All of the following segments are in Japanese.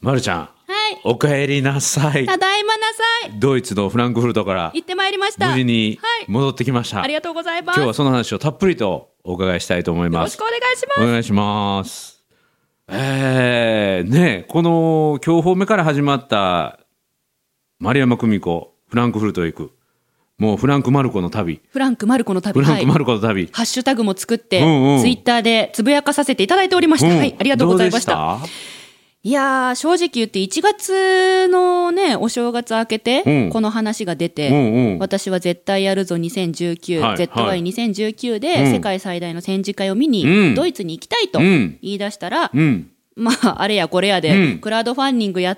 まるちゃん、 はい、 お帰りなさい。 ただいまなさい。 ドイツのフランクフルトから行ってまいりました。 無事にはい、 戻ってきました、 ありがとうございます。 今日はその話をたっぷりとお伺いしたいと思います。 よろしくお願いします。 お願いします。ね、この今日方目から始まった丸山久美子フランクフルトへ行く、もうフランクマルコの旅、 フランクマルコの旅、 フランクマルコの旅、 ハッシュタグも作って、 うんうん、 ツイッターでつぶやかさせていただいておりました、はい、ありがとうございました。 どうでした？ いやー、正直言って1月のね、お正月明けて、この話が出て、私は絶対やるぞ2019、 はい、 ZY2019 で世界最大の展示会を見に、ドイツに行きたいと言い出したら、まあ、あれやこれやで、クラウドファンディングやって、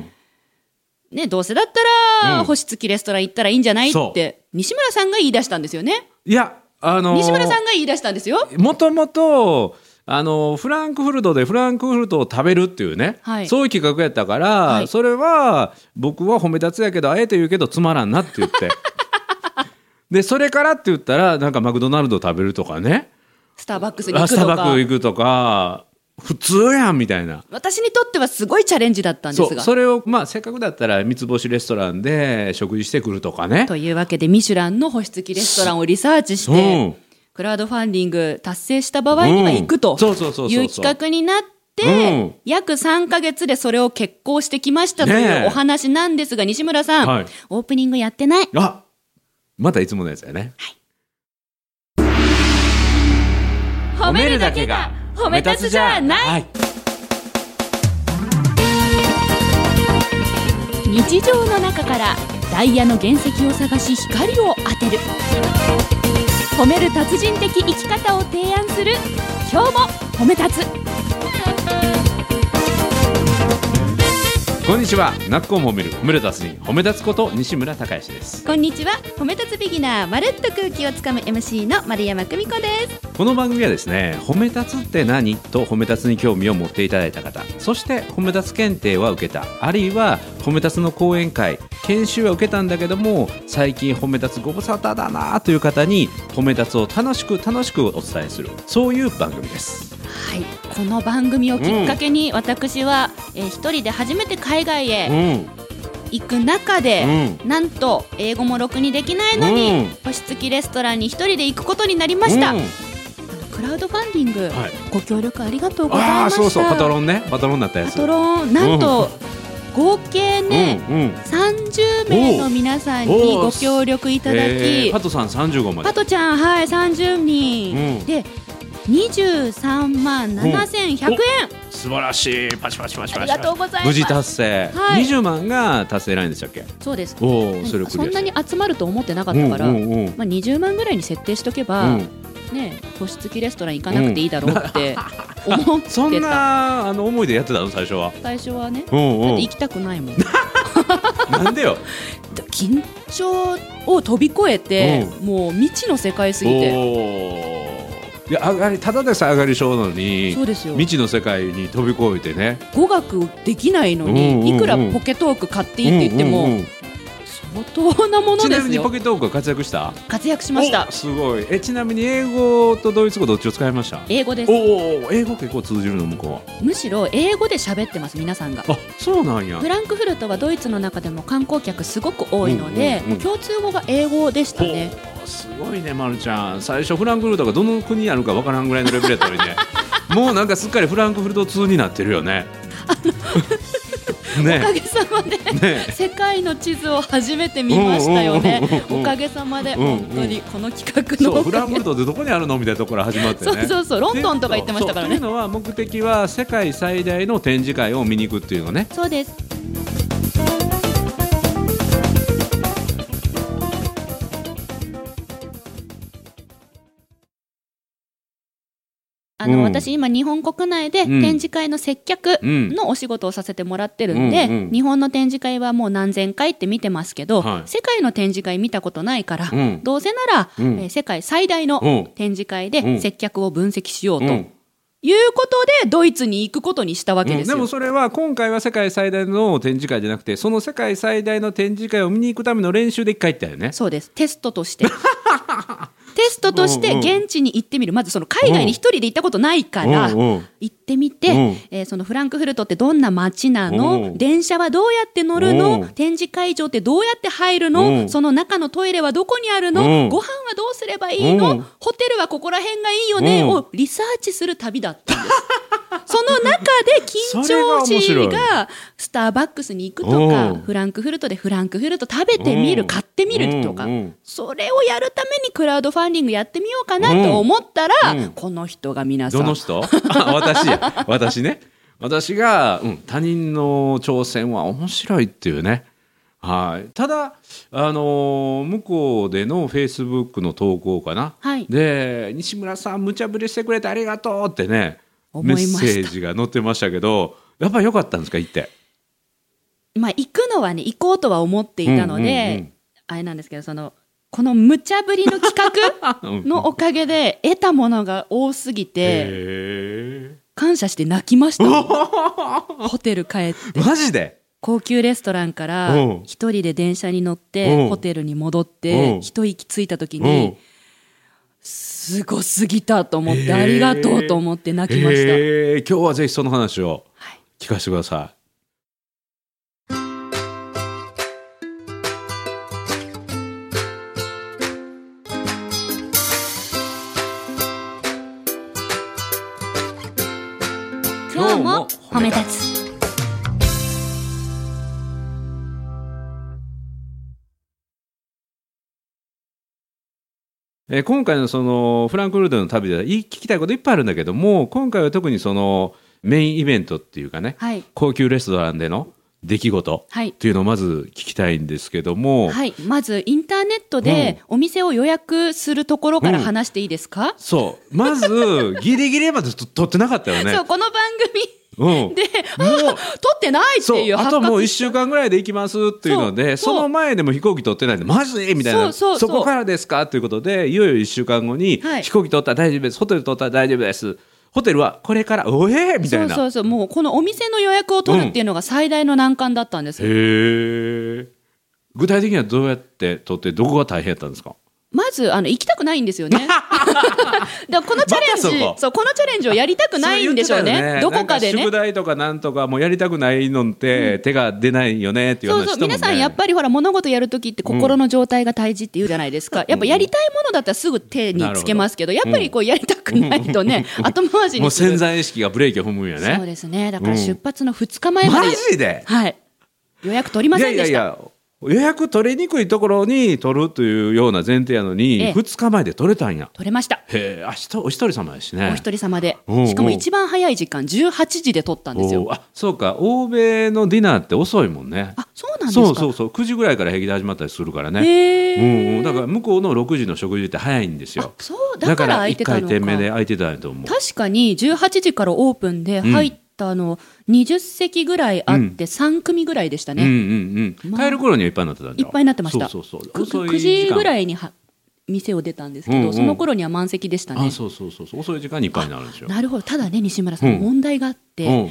ね、どうせだったら、星付きレストラン行ったらいいんじゃないって、西村さんが言い出したんですよね。 いや、 西村さんが言い出したんですよ。 もともと、フランクフルトでフランクフルトを食べるっていうね、はい、そういう企画やったから、はい、それは僕は褒め立つやけどあえて言うけどつまらんなって言ってでそれからって言ったらなんかマクドナルド食べるとかね、 スターバックスに行くとか、 スターバックス行くとか普通やんみたいな、 私にとってはすごいチャレンジだったんですが、 それを、まあ、せっかくだったら三つ星レストランで食事してくるとかね、 というわけでミシュランの星付きレストランをリサーチして、クラウドファンディング達成した場合には行くという企画になって、約3ヶ月でそれを決行してきましたというお話なんですが、西村さん、はい、オープニングやってない。 あ、またいつものやつやね、 はい、褒めるだけが褒め立つじゃない、はい、日常の中からダイヤの原石を探し光を当てる、褒める達人的生き方を提案する、今日も褒め立つ。 こんにちは、なっこも褒める褒める達人、褒め立つこと西村孝之です。 こんにちは、褒め立つビギナー、まるっと空気をつかむ MC の丸山久美子です。 この番組はですね、褒め立つって何と褒め立つに興味を持っていただいた方、そして褒め立つ検定は受けた、あるいは褒め立つの講演会研修は受けたんだけども最近褒め立つご無沙汰だなという方に褒め立つを楽しくお伝えする、そういう番組です。 はい、この番組をきっかけに、私は、一人で初めて海外へ、行く中で、なんと英語もろくにできないのに、星付きレストランに一人で行くことになりました。クラウドファンディング、はい、ご協力ありがとうございました。 そうパトロンね、パトロンになったやつ、 パトロンなんと、合計ね、30名の皆さんにご協力いただき、 パトさん35まで、 パトちゃん、はい、30人、で23万7100円、 素晴らしい、パチパチパチパチ、 ありがとうございます。 無事達成、はい、20万が達成ラインでしたっけ。 そうです。 そんなに集まると思ってなかったから、20万ぐらいに設定しとけば、ね、星付きレストラン行かなくていいだろうって思ってた。 そんな思いでやってたの最初は。 最初はね、だって行きたくないもんなんでよ。 緊張を飛び越えて、もう未知の世界すぎて、 いや、ただでさえ上がり症なのに、 そうですよ、 未知の世界に飛び越えてね、 語学できないのに、いくらポケトーク買っていいって言っても、相当なものですよ。 ちなみにポケトークは活躍した？ 活躍しました。 すごい。ちなみに英語とドイツ語どっちを使いました？ 英語です。 英語結構通じるの向こうは。 むしろ英語で喋ってます、皆さんが。 あ、そうなんや。 フランクフルトはドイツの中でも観光客すごく多いので、共通語が英語でしたね。 すごいね、まるちゃん。最初フランクフルトがどの国にあるかわからんぐらいのレベルやったのにねもうなんかすっかりフランクフルト通になってるよねね、おかげさまで、ね、世界の地図を初めて見ましたよね。おかげさまで、本当にこの企画のフランクフルトってどこにあるのみたいなところから始まってね。 そうロンドンとか言ってましたからね。 というのは目的は世界最大の展示会を見に行くっていうのね。 そうです。私今日本国内で展示会の接客のお仕事をさせてもらってるんで、日本の展示会はもう何千回って見てますけど、世界の展示会見たことないから、どうせなら、世界最大の展示会で接客を分析しようということでドイツに行くことにしたわけですよ。 でもそれは今回は世界最大の展示会じゃなくて、その世界最大の展示会を見に行くための練習で一回行ったよね。 そうです、テストとしてテストとして現地に行ってみる。まずその海外に一人で行ったことないから行ってみて、そのフランクフルトってどんな街なの、電車はどうやって乗るの、展示会場ってどうやって入るの、その中のトイレはどこにあるの、ご飯はどうすればいいの、ホテルはここら辺がいいよねをリサーチする旅だったんです。その中で緊張しがスターバックスに行くとか、フランクフルトでフランクフルト食べてみる、買ってみるとか、それをやるためにクラウドファンディングやってみようかなと思ったら、この人が皆さん。 どの人？私ね。私が、他人の挑戦は面白いっていうね。はい。ただ向こうでのフェイスブックの投稿かな。はい、で、西村さん無茶ぶりしてくれてありがとうってね。メッセージが載ってましたけど、やっぱり良かったんですか、行って。 まあ行くのはね、行こうとは思っていたので、あれなんですけど、この無茶ぶりの企画のおかげで得たものが多すぎて、感謝して泣きました。ホテル帰って。 マジで？ 高級レストランから一人で電車に乗ってホテルに戻って一息ついた時に、すごすぎたと思って、ありがとうと思って泣きました。 今日はぜひその話を聞かせてください。 今日も褒め立つ。 今回のそのフランクフルトの旅では聞きたいこといっぱいあるんだけども、今回は特にそのメインイベントっていうかね、はい、高級レストランでの出来事っていうのをまず聞きたいんですけども、 はい、まずインターネットでお店を予約するところから話していいですか？ そうまずギリギリまで撮ってなかったよね。 そう、この番組で、もう撮ってないっていうあともう1週間ぐらいで行きますっていうので、その前でも飛行機取ってないんでマジでみたいな、そこからですかということで、いよいよ1週間後に、飛行機取ったら大丈夫です、ホテル取ったら大丈夫です、ホテルはこれからみたいな、 そうもうこのお店の予約を取るっていうのが最大の難関だったんです。 へえ。具体的にはどうやって取って、どこが大変やったんですか？ まず行きたくないんですよね。だこのチャレンジ、このチャレンジをやりたくないんでしょうね。どこかでね。 宿題とかなんとかもうやりたくないのって手が出ないよねっていう話したもんね。 皆さんやっぱりほら物事やるときって心の状態が大事って言うじゃないですか。やっぱやりたいものだったらすぐ手につけますけど、やっぱりこうやりたくないとね、後回しにする。 もう潜在意識がブレーキを踏むんやね。 そうですね。だから出発の2日前まで、 マジで？ はい。予約取りませんでした。 いや予約取りにくいところに取るというような前提やのに、2日前で取れたんや。 取れました。 へえ、お一人様ですね。 お一人様で。しかも一番早い時間、18時で取ったんですよ。 あ、そうか。欧米のディナーって遅いもんね。 あ、そうなんですか。 そう。9時ぐらいから平気で始まったりするからね。だから向こうの6時の食事って早いんですよ。 そう、だから空いてたのか。 1回転目で空いてたんやと思う。 確かに18時からオープンで入った20席ぐらいあって3組ぐらいでしたね。 帰る頃にはいっぱいになってたんだ。 いっぱいになってました。 そう 9時ぐらいに店を出たんですけど、その頃には満席でしたね。 そう遅い時間にいっぱいになるんですよ。 なるほど。ただね、西村さん、問題があって、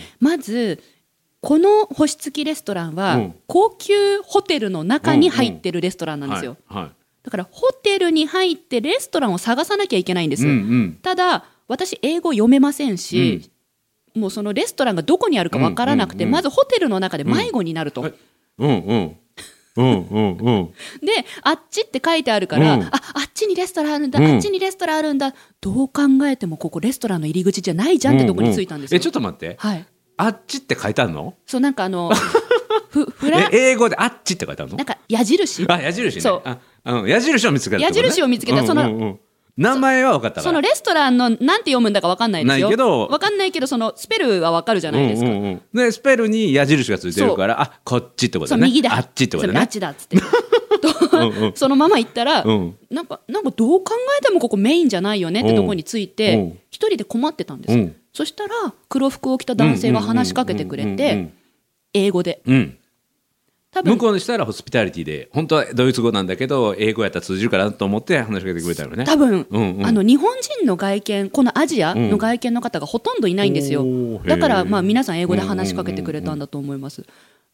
まずこの星付きレストランは高級ホテルの中に入ってるレストランなんですよ。だからホテルに入ってレストランを探さなきゃいけないんです。ただ私英語読めませんし、もうそのレストランがどこにあるか分からなくて、まずホテルの中で迷子になると。で、あっちって書いてあるから、あっちにレストランあるんだ、あっちにレストランあるんだ、どう考えてもここレストランの入り口じゃないじゃんってとこに着いたんですよ。 ちょっと待って、 はい、 あっちって書いてあるの？ そう、なんか英語であっちって書いてあるの？なんか矢印。 矢印ね。そう。矢印を見つけた。 矢印を見つけた。その名前は分かったから。 そのレストランのなんて読むんだか分かんないですよ。分かんないけど、そのスペルは分かるじゃないですか。 でスペルに矢印がついてるから、こっちってことね。 右だ。 あっちってことね。 あっちだっつって。そのまま行ったら、なんかどう考えてもここメインじゃないよねってとこについて一人で困ってたんです。そしたら黒服を着た男性が話しかけてくれて、英語で。 向こうにしたらホスピタリティで、本当はドイツ語なんだけど英語やったら通じるかなと思って話しかけてくれたのね。 多分、日本人の外見、このアジアの外見の方がほとんどいないんですよ。だから皆さん英語で話しかけてくれたんだと思います。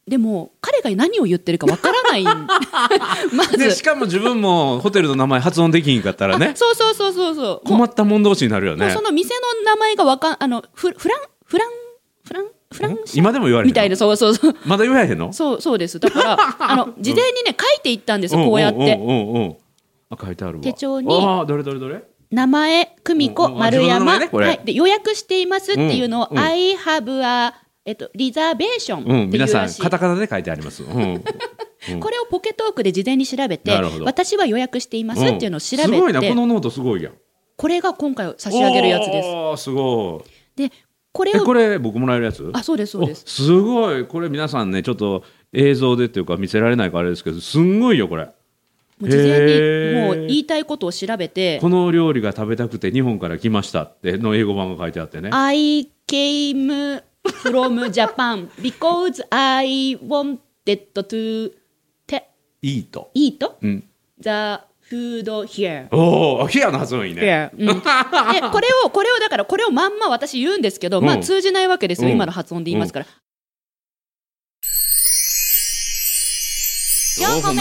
でも彼が何を言ってるかわからないまずでしかも自分もホテルの名前発音できひんかったらねそう困ったもん同士になるよね。 その店の名前がフラン今でも言われへんのみたいなそうまだ言われへんの。 そうです。だから事前にね書いていったんですよ、こうやって。 書いてあるわ手帳に。 どれ名前久美子丸山、 ね、 はい、で予約していますっていうのを、I have a reservation っていうらしい、 皆さんカタカナで書いてあります、これをポケトークで事前に調べて、私は予約していますっていうのを調べて、 すごいな、このノートすごいやん。 これが今回差し上げるやつです。 すごい。でこれ僕もらえるやつ。 そうです。 すごい。これ皆さんねちょっと映像でっていうか見せられないからあれですけど、すんごいよこれ。 もう事前にもう言いたいことを調べて、 この料理が食べたくて日本から来ましたっての英語版が書いてあってね。 I came from Japan because I wanted to eat the food here。 here の発音いいね。 でこれをだからこれをまんま私言うんですけど、まあ通じないわけですよ、今の発音で言いますから。4歩目。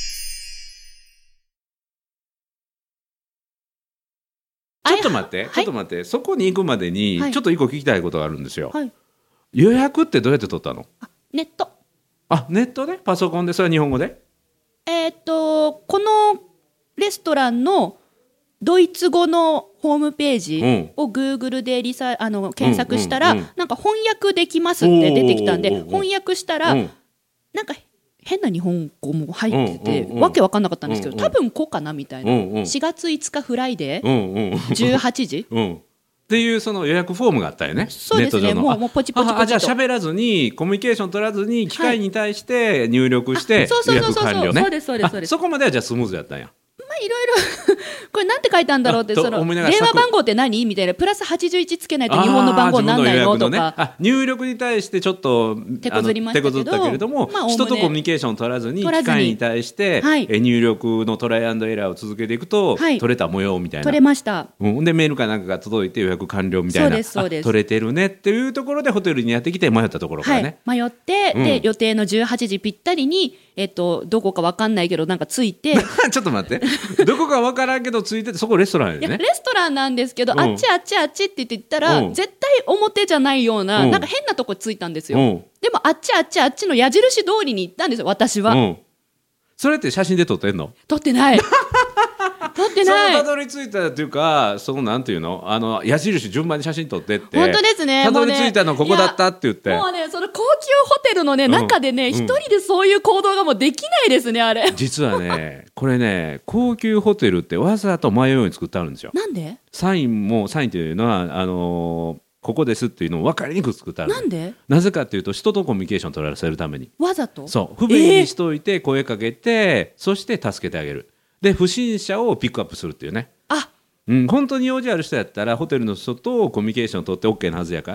ちょっと待って、そこに行くまでにちょっと一個聞きたいことがあるんですよ。予約ってどうやって取ったの？ ネット。 ネットで？パソコンで？それは日本語で？ このレストランのドイツ語のホームページを Google で検索したら、なんか翻訳できますって出てきたんで、翻訳したらなんか変な日本語も入ってて、わけわかんなかったんですけど、多分こうかなみたいな。4月5日フライデー18時っていうその予約フォームがあったよね。 そうですね。もうポチポチと。 じゃあ喋らずにコミュニケーション取らずに機械に対して入力して予約完了ね。そこまではじゃあスムーズやったんや。 いろいろこれなんて書いたんだろうって、その電話番号って何みたいな、プラス81つけないと日本の番号になんないのとか、 入力に対してちょっと手こずりましたけれども、人とコミュニケーション取らずに機械に対して入力のトライアンドエラーを続けていくと取れた模様みたいな。 取れました。 でメールかなんかが届いて予約完了みたいな。取れてるねっていうところでホテルにやってきて迷ったところからね。 迷ってで予定の18時ぴったりにどこか分かんないけどなんかついてちょっと待って、どこか分からんけどついてて、そこレストランやね。 レストランなんですけど、あっちって言ったら、絶対表じゃないような、なんか変なとこついたんですよ。でもあっちの矢印通りに行ったんですよ、私は。 それって写真で撮ってんの？撮ってないそのたどり着いたっていうか、そのなんていうの、矢印順番に写真撮ってって。 本当ですね。 たどり着いたのここだったって言って。 もうね、その高級ホテルのね、中でね、一人でそういう行動がもうできないですね、あれ。 実はね、これね、高級ホテルってわざと迷うように作ってあるんですよ。 なんで？ サインというのはここですっていうのを分かりにくく作ってある。 なんで？ なぜかというと、人とコミュニケーション取らせるために。 わざと？ そう、不便にしといて声かけて、そして助けてあげる。で不審者をピックアップするっていうね。本当に用事ある人やったらホテルの人とコミュニケーションを取って OK なはずやから。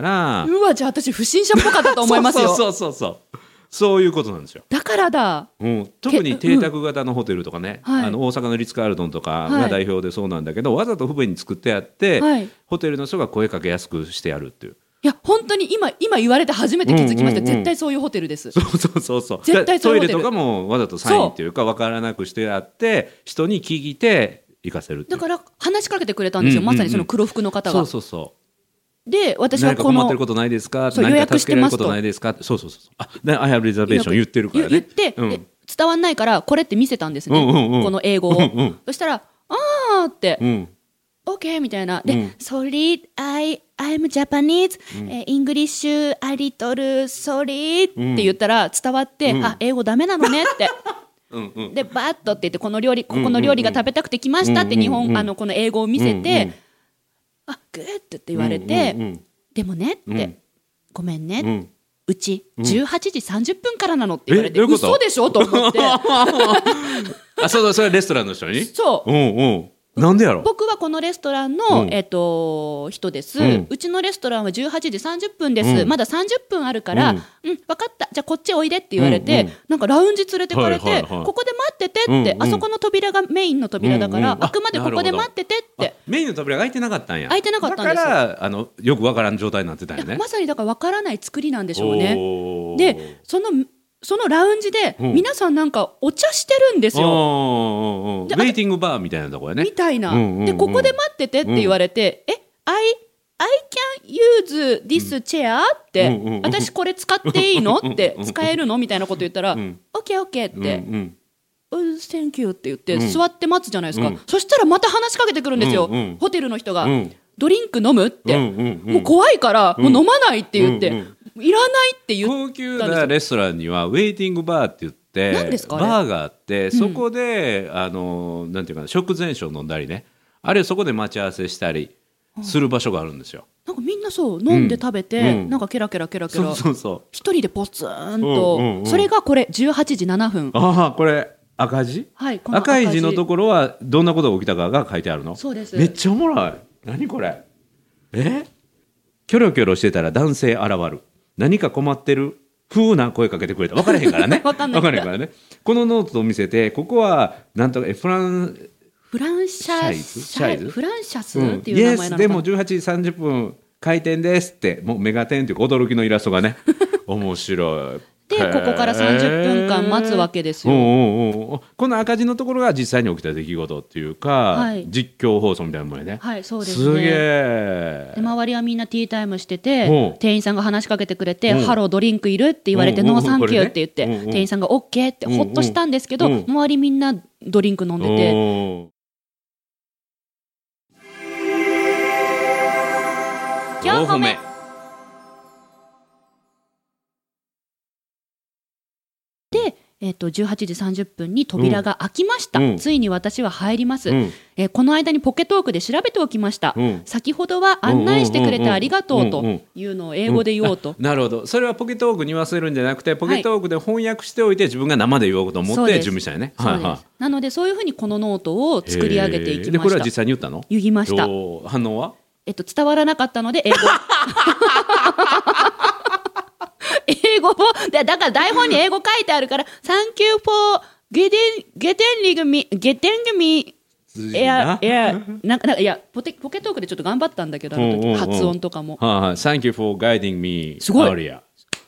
じゃあ私不審者っぽかったと思いますよ。 そういうことなんですよ。 だからだ、 特に邸宅型のホテルとかね、大阪のリッツ・カールトンとかが代表でそうなんだけど、わざと不便に作ってやって、ホテルの人が声かけやすくしてやるっていう。 いや本当に今言われて初めて気づきました。絶対そういうホテルです。 そう絶対そういうホテル。 トイレとかもわざとサインっていうか分からなくしてやって人に聞いて行かせるっていう。 だから話しかけてくれたんですよ、まさにその黒服の方が。で私は何か困ってることないですか、何か助けられることないですか、I have reservation 言ってるからね。 言って、伝わんないからこれって見せたんですね、この英語を。そしたらって、OK みたいな。で、Sorry, I'm Japanese, English a little sorry って言ったら伝わって、英語ダメなのねって。でバッとって言って、この料理が食べたくて来ましたってこの英語を見せて、グッって言われて、でもねって、ごめんね、うち18時30分からなのって言われて、嘘でしょと思って。 それレストランの人に？ そう。 なんでやろ。 僕はこのレストランの、人です、うちのレストランは18時30分です、まだ30分あるから、分かった、じゃあこっちおいでって言われて、なんかラウンジ連れてかれて、ここで待っててって、あそこの扉がメインの扉だから、あくまでここで待っててって。 メインの扉が開いてなかったんや。 開いてなかったんですよ。 だからよくわからん状態になってたんやね。 まさにだからわからない作りなんでしょうね。でそのそのラウンジで皆さんなんかお茶してるんですよ。 ウェイティングバーみたいなところね。 みたいな。でここで待っててって言われて、I can use this chair って、私これ使っていいのって使えるのみたいなこと言ったら、OK OK って、Thank you って言って座って待つじゃないですか。そしたらまた話しかけてくるんですよ、ホテルの人が。ドリンク飲むって、もう怖いからもう飲まないって言って、いらないって言ったんですよ。 高級なレストランにはウェイティングバーって言って何ですかバーがあって、そこでなんていうかな、食前酒を飲んだりね、あるいはそこで待ち合わせしたりする場所があるんですよ。 なんかみんなそう飲んで食べて、なんかケラケラケラケラ一人でポツンと、それがこれ18時7分。 ああ、これ赤字、 はい、この赤い字のところはどんなことが起きたかが書いてあるの。 そうです。 めっちゃおもろい。何これ。キョロキョロしてたら男性現る、何か困ってる風な声かけてくれた。分からへんからね分からへんからね。このノートを見せて、ここはなんとかフランシャスっていう名前なのかな。でも18時30分開店ですって、もうメガテンという驚きのイラストがね面白い。 でここから30分間待つわけですよ。 この赤字のところが実際に起きた出来事っていうか、実況放送みたいなもんね。 はい、そうですね。 すげえ。 で周りはみんなティータイムしてて、店員さんが話しかけてくれて、ハロードリンクいるって言われて、ノーサンキューって言って、店員さんが OK ってほっとしたんですけど、周りみんなドリンク飲んでて、4歩目。で、18時30分に扉が開きました、ついに私は入ります、この間にポケトークで調べておきました、先ほどは案内してくれてありがとうというのを英語で言おうと、 なるほど。それはポケトークに言わせるんじゃなくて、ポケトークで翻訳しておいて自分が生で言おうと思って準備したよね。 なのでそういうふうにこのノートを作り上げていきました。 でこれは実際に言ったの？ 言いました。 反応は？ 伝わらなかったので英語英語もだから台本に英語書いてあるから Thank you for getting me いやポケトークでちょっと頑張ったんだけど、発音とかも、 Thank you for guiding me すごいearlier。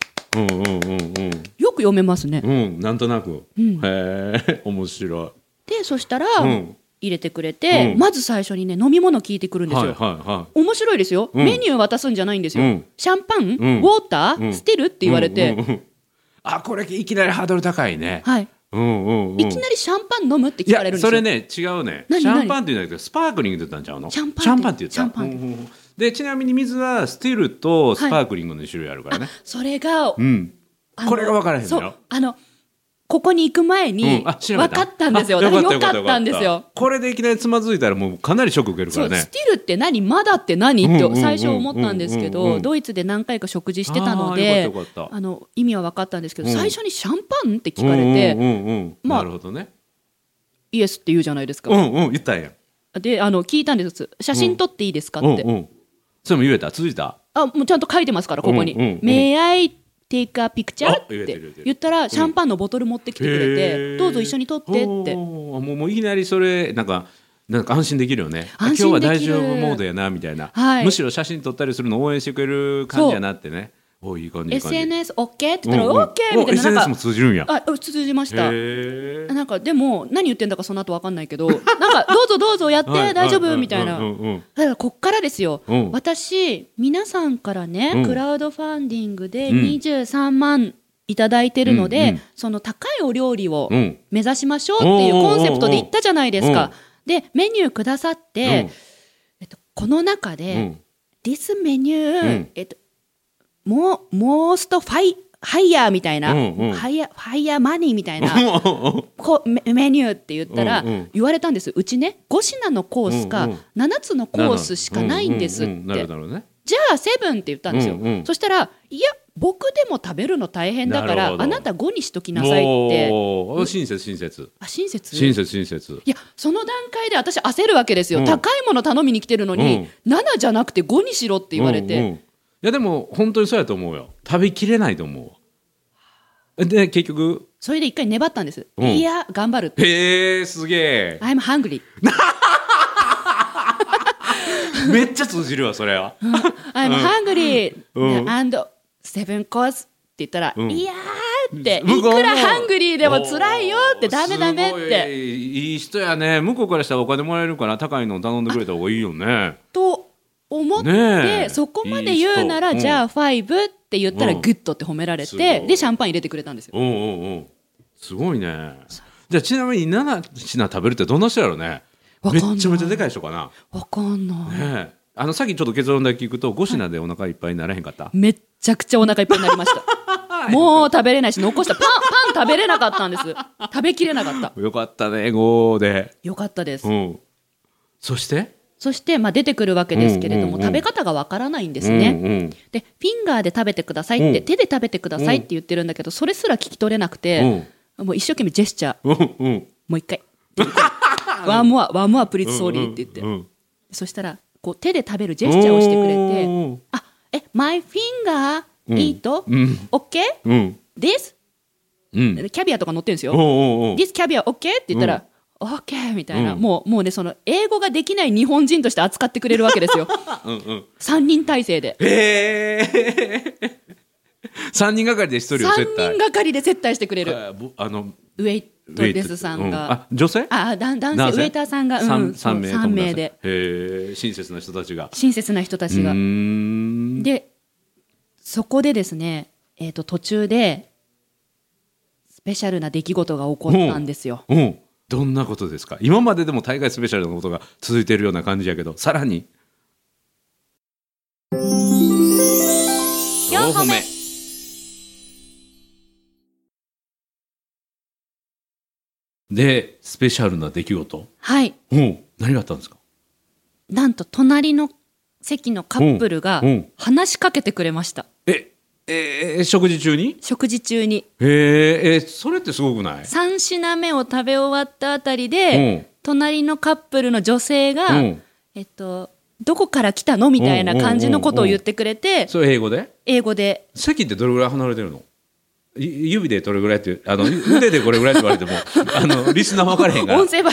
よく読めますね。 なんとなく、へえ、面白い。 でそしたら、入れてくれて、まず最初にね飲み物聞いてくるんですよ。面白いですよ。メニュー渡すんじゃないんですよ。シャンパン、ウォーター、スティルって言われて、 あ、これいきなりハードル高いね。 はい。いきなりシャンパン飲むって聞かれるんですよ。 それね違うね。シャンパンって言うんだけどスパークリングって言ったんちゃうの？シャンパンって言った。でちなみに水はスティルとスパークリングの種類あるからね。 それが、これが分からへんのよ。 ここに行く前に分かったんですよ。よかったんですよ。 これでいきなりつまずいたらもうかなりショック受けるからね。 スティルって何、まだって何って最初思ったんですけど、ドイツで何回か食事してたので意味は分かったんですけど、最初にシャンパンって聞かれて、 なるほどね、 イエスって言うじゃないですか。 言ったんや。 で聞いたんです。写真撮っていいですかって。 それも言えた？続いた？ もうちゃんと書いてますからここに。May I take a picture? って言ったらシャンパンのボトル持ってきてくれて、どうぞ一緒に撮ってって。 もういきなりそれなんか安心できるよね。今日は大丈夫モードやなみたいな、むしろ写真撮ったりするの応援してくれる感じやなってね。いい感じ。 SNS OK って言ったら OK みたいな。 SNS も通じるんや。 通じました。なんかでも何言ってんだかその後分かんないけど、なんかどうぞどうぞやって大丈夫みたいな。だからこっからですよ。私皆さんからね、クラウドファンディングで23万いただいてるので、その高いお料理を目指しましょうっていうコンセプトで言ったじゃないですか。でメニューくださって、この中で、This menu、モーストハイヤーみたいな、ファイヤーマニーみたいなメニューって言ったら、言われたんです。うちね5品のコースか7つのコースしかないんですって。じゃあ7って言ったんですよ。そしたらいや僕でも食べるの大変だからあなた5にしときなさいって。 親切。 いやその段階で私焦るわけですよ。高いもの頼みに来てるのに、7じゃなくて5にしろって言われて、 いやでも本当にそうやと思うよ。食べきれないと思う。で結局それで一回粘ったんです。いや頑張るって。 へえ、すげえ。 I'm hungry めっちゃ通じるわそれは。 I'm hungry and 7 course って言ったら、いやっていくらハングリーでも辛いよってダメダメって。 いい人やね。向こうからしたらお金もらえるから高いの頼んでくれた方がいいよねと思って、そこまで言うならじゃあ5って言ったらグッドって褒められて、でシャンパン入れてくれたんですよ。 すごいね。じゃあちなみに7品食べるってどんな人やろうね。めっちゃめちゃでかい人かな。 わかんない、 さっきちょっと結論だけ聞くと5品でお腹いっぱいにならへんかった、 めっちゃくちゃお腹いっぱいになりましたもう食べれないし残したパン食べれなかったんです。食べきれなかった。 よかったね5で。 よかったです、 そして出てくるわけですけれども、食べ方がわからないんですね、でフィンガーで食べてくださいって、手で食べてくださいって言ってるんだけど、それすら聞き取れなくて、もう一生懸命ジェスチャー、もう一回ワンモアプリッツソーリーって言って、そしたらこう手で食べるジェスチャーをしてくれて、マイフィンガーイート、オッケー、this、キャビアとか乗ってるんですよ。this キャビアオッケーって言ったら、オッケーみたいな、もうね、その英語ができない日本人として扱ってくれるわけですよ。3人体制で。 3人がかりで1人を接待。 3人がかりで接待してくれる。ウェイトレスさんが、 女性？ 男性ウェイターさんが、3名で。 親切な人たちが。 でそこでですね、途中でスペシャルな出来事が起こったんですよ。 どんなことですか？今まででも大概スペシャルなことが続いているような感じやけど、さらに 4歩目。 でスペシャルな出来事、 はい、 何があったんですか？ なんと隣の席のカップルが話しかけてくれました。 食事中に？ 食事中に。 それってすごくない ？3品目を食べ終わったあたりで、隣のカップルの女性が、どこから来たのみたいな感じのことを言ってくれて、 それ英語で？ 英語で。 席ってどれぐらい離れてるの？指でどれぐらいって腕でこれぐらいって言われてもリスナー分からへんから音声版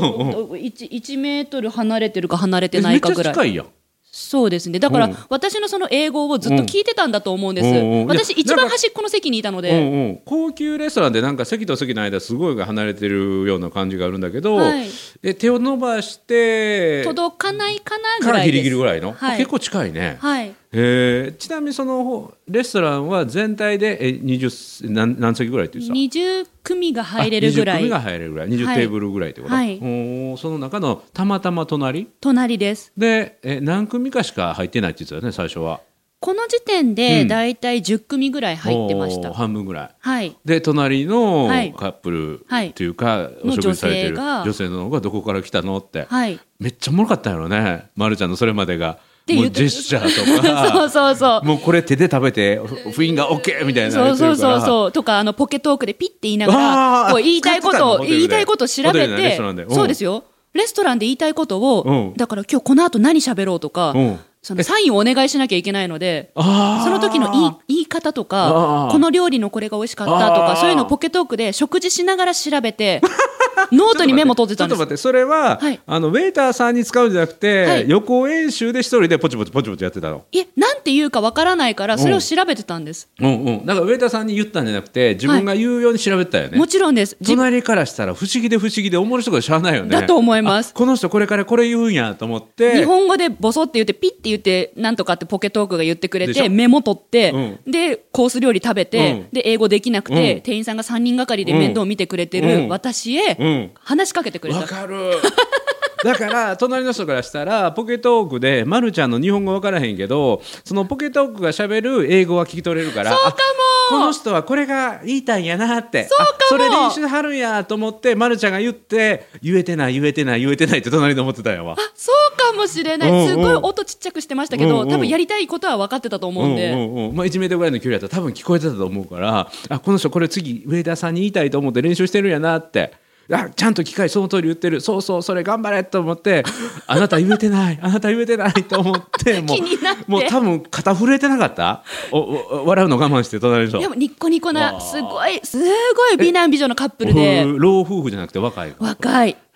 1メートル離れてるか離れてないかぐらい。 めっちゃ近いやん。 そうですね。だから私のその英語をずっと聞いてたんだと思うんです。私一番端っこの席にいたので、 高級レストランでなんか席と席の間すごい離れてるような感じがあるんだけど、手を伸ばして届かないかなぐらいです。 ギリギリぐらいの、結構近いね。ちなみにそのレストランは全体で何席ぐらいって言ってた ？20組が入れるぐらい。 20組が入れるぐらい、20テーブルぐらいってこと？その中のたまたま隣です。 で何組かしか入ってないって言ってたよね、最初は。 この時点でだいたい10組ぐらい入ってました。 半分ぐらい、で隣のカップルというか、お食事されてる女性の方がどこから来たのって、めっちゃおもろかったんやろね、まるちゃんのそれまでが。もうジェスチャーとかもうこれ手で食べてフィンガー OK みたいなやつやからそうとかポケトークでピッて言いながらこう言いたいことを調べて、そうですよ、レストランで言いたいことを、だから今日この後何喋ろうとか、そのサインをお願いしなきゃいけないので、その時の言い方とか、この料理のこれが美味しかったとか、そういうのをポケトークで食事しながら調べてノートにメモ取ってたんです。 ちょっと待って、それは、ウェイターさんに使うんじゃなくて、予行演習で一人でポチポチやってたの？ なんて言うかわからないからそれを調べてたんです。 だからウェイターさんに言ったんじゃなくて自分が言うように調べてたよね。 もちろんです。 隣からしたら不思議でおもろい人がしゃあないよね。 だと思います。 この人これからこれ言うんやと思って、 日本語でボソって言ってピッて言ってなんとかってポケトークが言ってくれてメモ取って、でコース料理食べて、で英語できなくて、店員さんが3人がかりで面倒を見てくれてる私へ話しかけてくれた。 わかるだから隣の人からしたらポケトークでまるちゃんの日本語分からへんけど、そのポケトークが喋る英語は聞き取れるから、 そうかも、 この人はこれが言いたいんやなって、 それ練習はるんやと思ってまるちゃんが言って言えてないって隣で思ってたんやわ。 そうかもしれない。すごい音ちっちゃくしてましたけど、多分やりたいことは分かってたと思うんで、 1メートルぐらいの距離だったら多分聞こえてたと思うから、この人これ次ウェイターさんに言いたいと思って練習してるんやなって、ちゃんと機械その通り言ってる、そうそれ頑張れと思ってあなた言えてないと思ってもう多分肩震えてなかった？笑うの我慢して隣の人。 でもニッコニコなすごい美男美女のカップルで、 老夫婦じゃなくて若い。 へ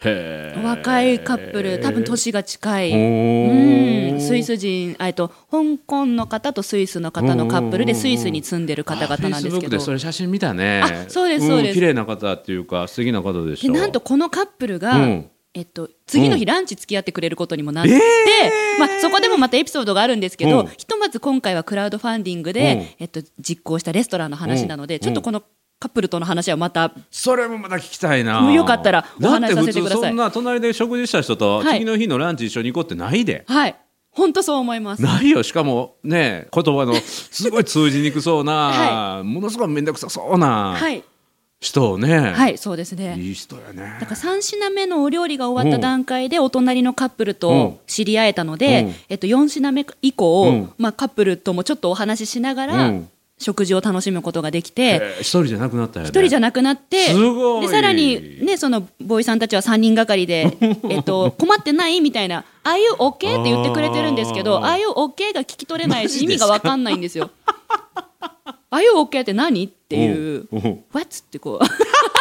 若いカップル、多分年が近い、スイス人、香港の方とスイスの方のカップルでスイスに住んでる方々なんですけど、 でそれ写真見たね。 そうですそうです、 綺麗な方っていうか素敵な方でした。 でなんとこのカップルが、次の日ランチ付き合ってくれることにもなって、そこでもまたエピソードがあるんですけど、ひとまず今回はクラウドファンディングで、実行したレストランの話なので、ちょっとこのカップルとの話はまた、 それもまた聞きたいな。 よかったらお話しさせてください。 だって普通そんな隣で食事した人と次の日のランチ一緒に行こうってないで。 はい、本当そう思います。 ないよ。しかもね、言葉のすごい通じにくそうな、ものすごい面倒くさそうな人をね。 はい、そうですね。 いい人やね。 だから3品目のお料理が終わった段階でお隣のカップルと知り合えたので、4品目以降、カップルともちょっとお話ししながら、食事を楽しむことができて、 一人じゃなくなったよね。 一人じゃなくなって、 すごい。 でさらにね、そのボーイさんたちは3人がかりで困ってないみたいな、ああいう OK って言ってくれてるんですけど、ああいう OK が聞き取れないし意味が分かんないんですよ。ああいう OK って何っていう、What ってこう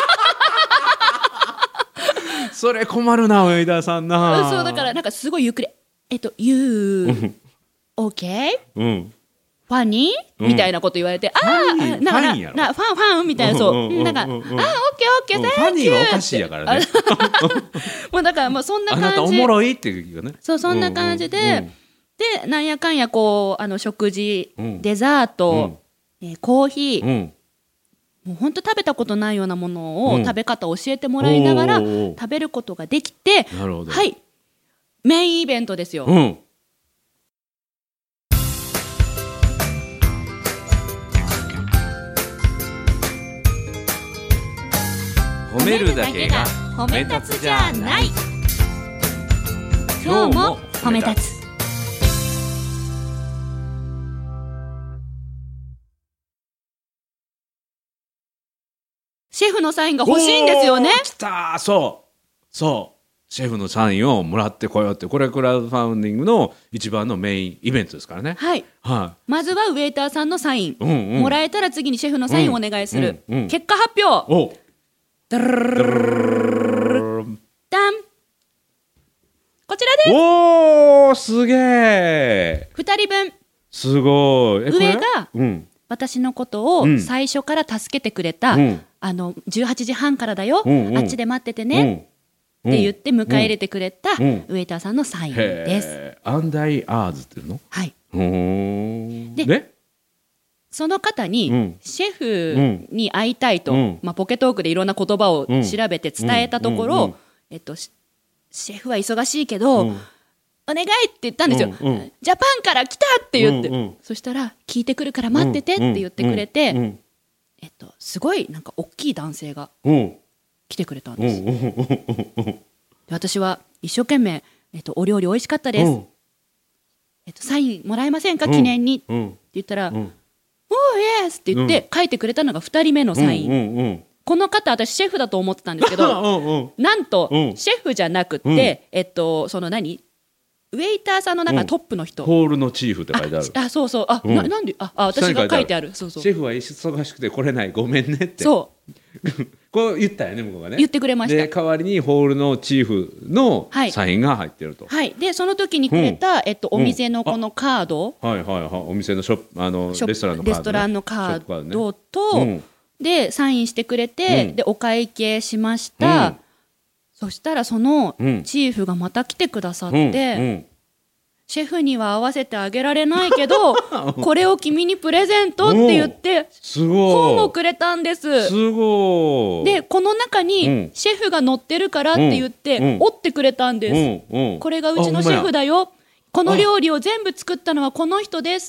それ困るな、上田さんな。 そうだからなんかすごいゆっくりYou OK？ファニーみたいなこと言われて、ファンみたいな、そうなんかオッケーファニーはおかしいやからね。 もうだからそんな感じ。 あなたおもろいっていうね。 そう、そんな感じで、でなんやかんやこう食事、デザート、コーヒー、もう本当食べたことないようなものを食べ方を教えてもらいながら食べることができて、はい、メインイベントですよ。 褒めるだけが褒め立つじゃない。今日も褒め立つ。 シェフのサインが欲しいんですよね。 来た。そうシェフのサインをもらってこようって、これクラウドファンディングの一番のメインイベントですからね。 はい、まずはウェイターさんのサイン、もらえたら次にシェフのサインをお願いする、結果発表。ダン、こちらです。 おー、すげえ。 2人分。 すごい。 上が、私のことを最初から助けてくれた、18時半からだよ、あっちで待っててね、って言って迎え入れてくれたウェイターさんのサインです。 アンダイアーズっていうの？ はい。 でその方にシェフに会いたいと、ポケトークでいろんな言葉を調べて伝えたところ、シェフは忙しいけど、お願いって言ったんですよ。ジャパンから来たって言って、そしたら聞いてくるから待っててって言ってくれて、すごいなんか大きい男性が来てくれたんです。で私は一生懸命、お料理美味しかったです、サインもらえませんか記念に、って言ったら、おーイエスって言って書いてくれたのが2人目のサイン、この方私シェフだと思ってたんですけどなんとシェフじゃなくて、そのウェイターさんの中トップの人、 ホールのチーフって書いてある。 そうそう、なんで私が書いてある。そうシェフは忙しくて来れない、ごめんねって。 そうこう言ったよね、向こうがね。 言ってくれました。 で代わりにホールのチーフのサインが入ってると。 はい、でその時にくれた、お店のこのカード、 お店のレストランのカード、 レストランのカードと、でサインしてくれて、でお会計しました、そしたらそのチーフがまた来てくださって、シェフには合わせてあげられないけどこれを君にプレゼントって言って本をくれたんです。 すごい。 でこの中にシェフが載ってるからって言って折ってくれたんです。これがうちのシェフだよ、この料理を全部作ったのはこの人ですって。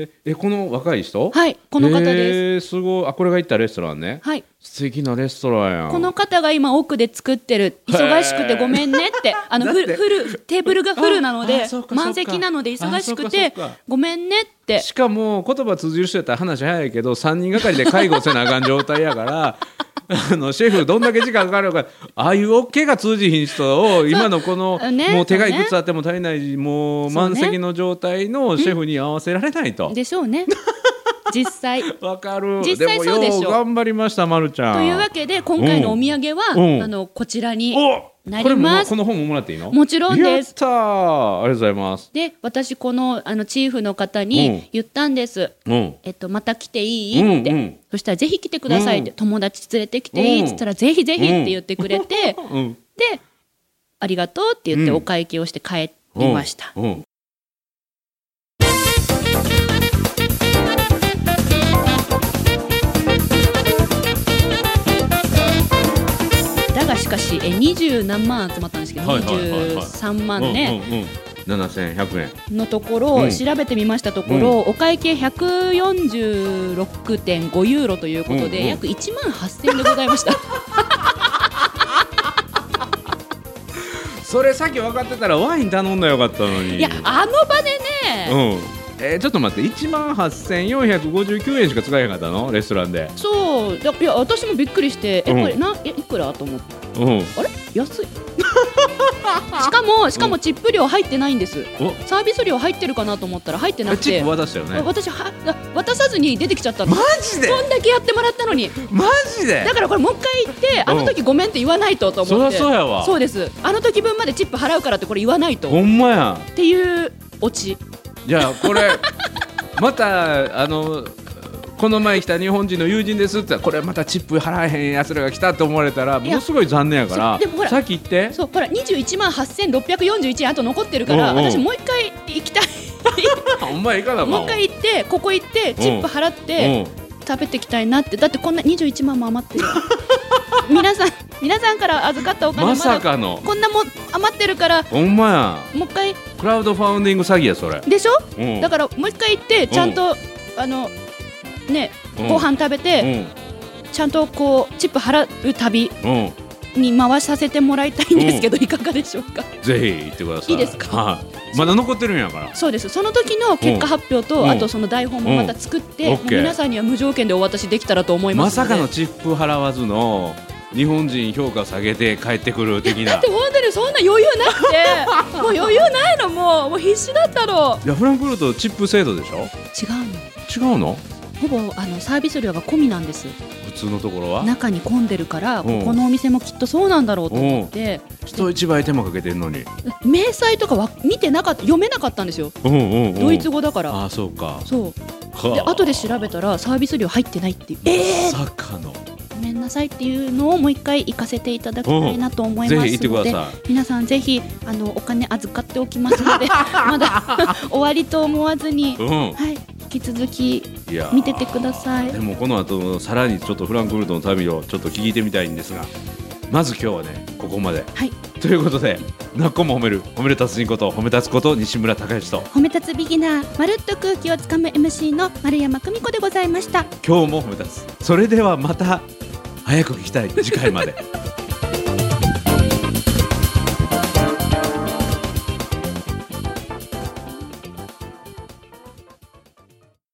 この若い人？ はい、この方です。 すごい。これが行ったレストランね。 はい、 素敵なレストランやん。 この方が今奥で作ってる。忙しくてごめんねってテーブルがフルなので満席なので忙しくてごめんねって。 しかも言葉通じる人やったら話早いけど3人がかりで介護せなあかん状態やからシェフどんだけ時間かかるか、ああいう OK が通じひん人を今のこの、もう手がいくつあっても足りない、もう満席の状態のシェフに合わせられないと。 でしょうね実際わかる。 実際そうでしょ。 でもよう頑張りました、まるちゃん。 というわけで今回のお土産は、こちらになります。 この本ももらっていいの？ もちろんです。 やったー、ありがとうございます。 で、私このチーフの方に言ったんです。また来ていいって、そしたらぜひ来てくださいって、友達連れてきていいって言ったら、ぜひぜひって言ってくれて、で、ありがとうって言ってお会計をして帰りました。だがしかし20何万集まったんですけど、23万ね、 7100円のところ、調べてみましたところ、お会計146.5ユーロということで、約1万8000円でございました。 それさっき分かってたらワイン頼んだらよかったのに。 いや、あの場でね、 ちょっと待って、1万8459円しか使えへんかったの？レストランで。 そう、いや私もびっくりして、これいくらと思って、あれ安い。しかもチップ料入ってないんです。サービス料入ってるかなと思ったら入ってなくて、 チップ渡したよね。 私渡さずに出てきちゃったの。 マジで？ そんだけやってもらったのに。 マジで？ だからこれもう一回言って、あの時ごめんって言わないと思って。 そりゃそうやわ。 そうです。あの時分までチップ払うからってこれ言わないと。 ほんまや。 っていうオチ。 じゃあこれまたこの前来た日本人の友人ですって、これまたチップ払えへんやつらが来たと思われたらものすごい残念やから。でもほら、さっき言って、 そう、ほら21万8641円あと残ってるから、私もう一回行きたい。 お前行かなか。 もう一回行って、ここ行ってチップ払って食べてきたいなって。だってこんな21万も余ってる。皆さんから預かったお金、 まさかのこんなも余ってるから、 ほんまや、 もう一回クラウドファウンディング詐欺やそれでしょ。だからもう一回行ってちゃんとね、ご飯食べて、ちゃんとこうチップ払う旅に回させてもらいたいんですけど、いかがでしょうか。 ぜひ行ってください。 いいですか？ まだ残ってるんやから。 そうです。その時の結果発表と、あとその台本もまた作って、皆さんには無条件でお渡しできたらと思いますので。 まさかのチップ払わずの日本人評価下げて帰ってくる的な。 だって本当にそんな余裕なくて、もう余裕ないの、もう必死だったの。 いや、フランクフルトチップ制度でしょ。違うの？ ほぼサービス料が込みなんです。 普通のところは中に混んでるから、ここのお店もきっとそうなんだろうと思って、 人一倍手間かけてるのに明細とかは見てなかった、読めなかったんですよ。ドイツ語だから。 あ、そうか。 そうで、後で調べたらサービス料入ってないっていう。 まさかの。 ごめんなさいっていうのをもう一回行かせていただきたいなと思いますので、皆さんぜひお金預かっておきますので、まだ終わりと思わずに、はい、引き続き見ててください。 でもこの後さらにちょっとフランクフルトの旅をちょっと聞いてみたいんですが、まず今日はね、ここまで、はい、ということで、なっこも褒める達人こと褒め立つこと西村孝之と、 褒め立つビギナーまるっと空気をつかむ MC の丸山久美子でございました。 今日も褒め立つ。それではまた早く聞きたい次回まで。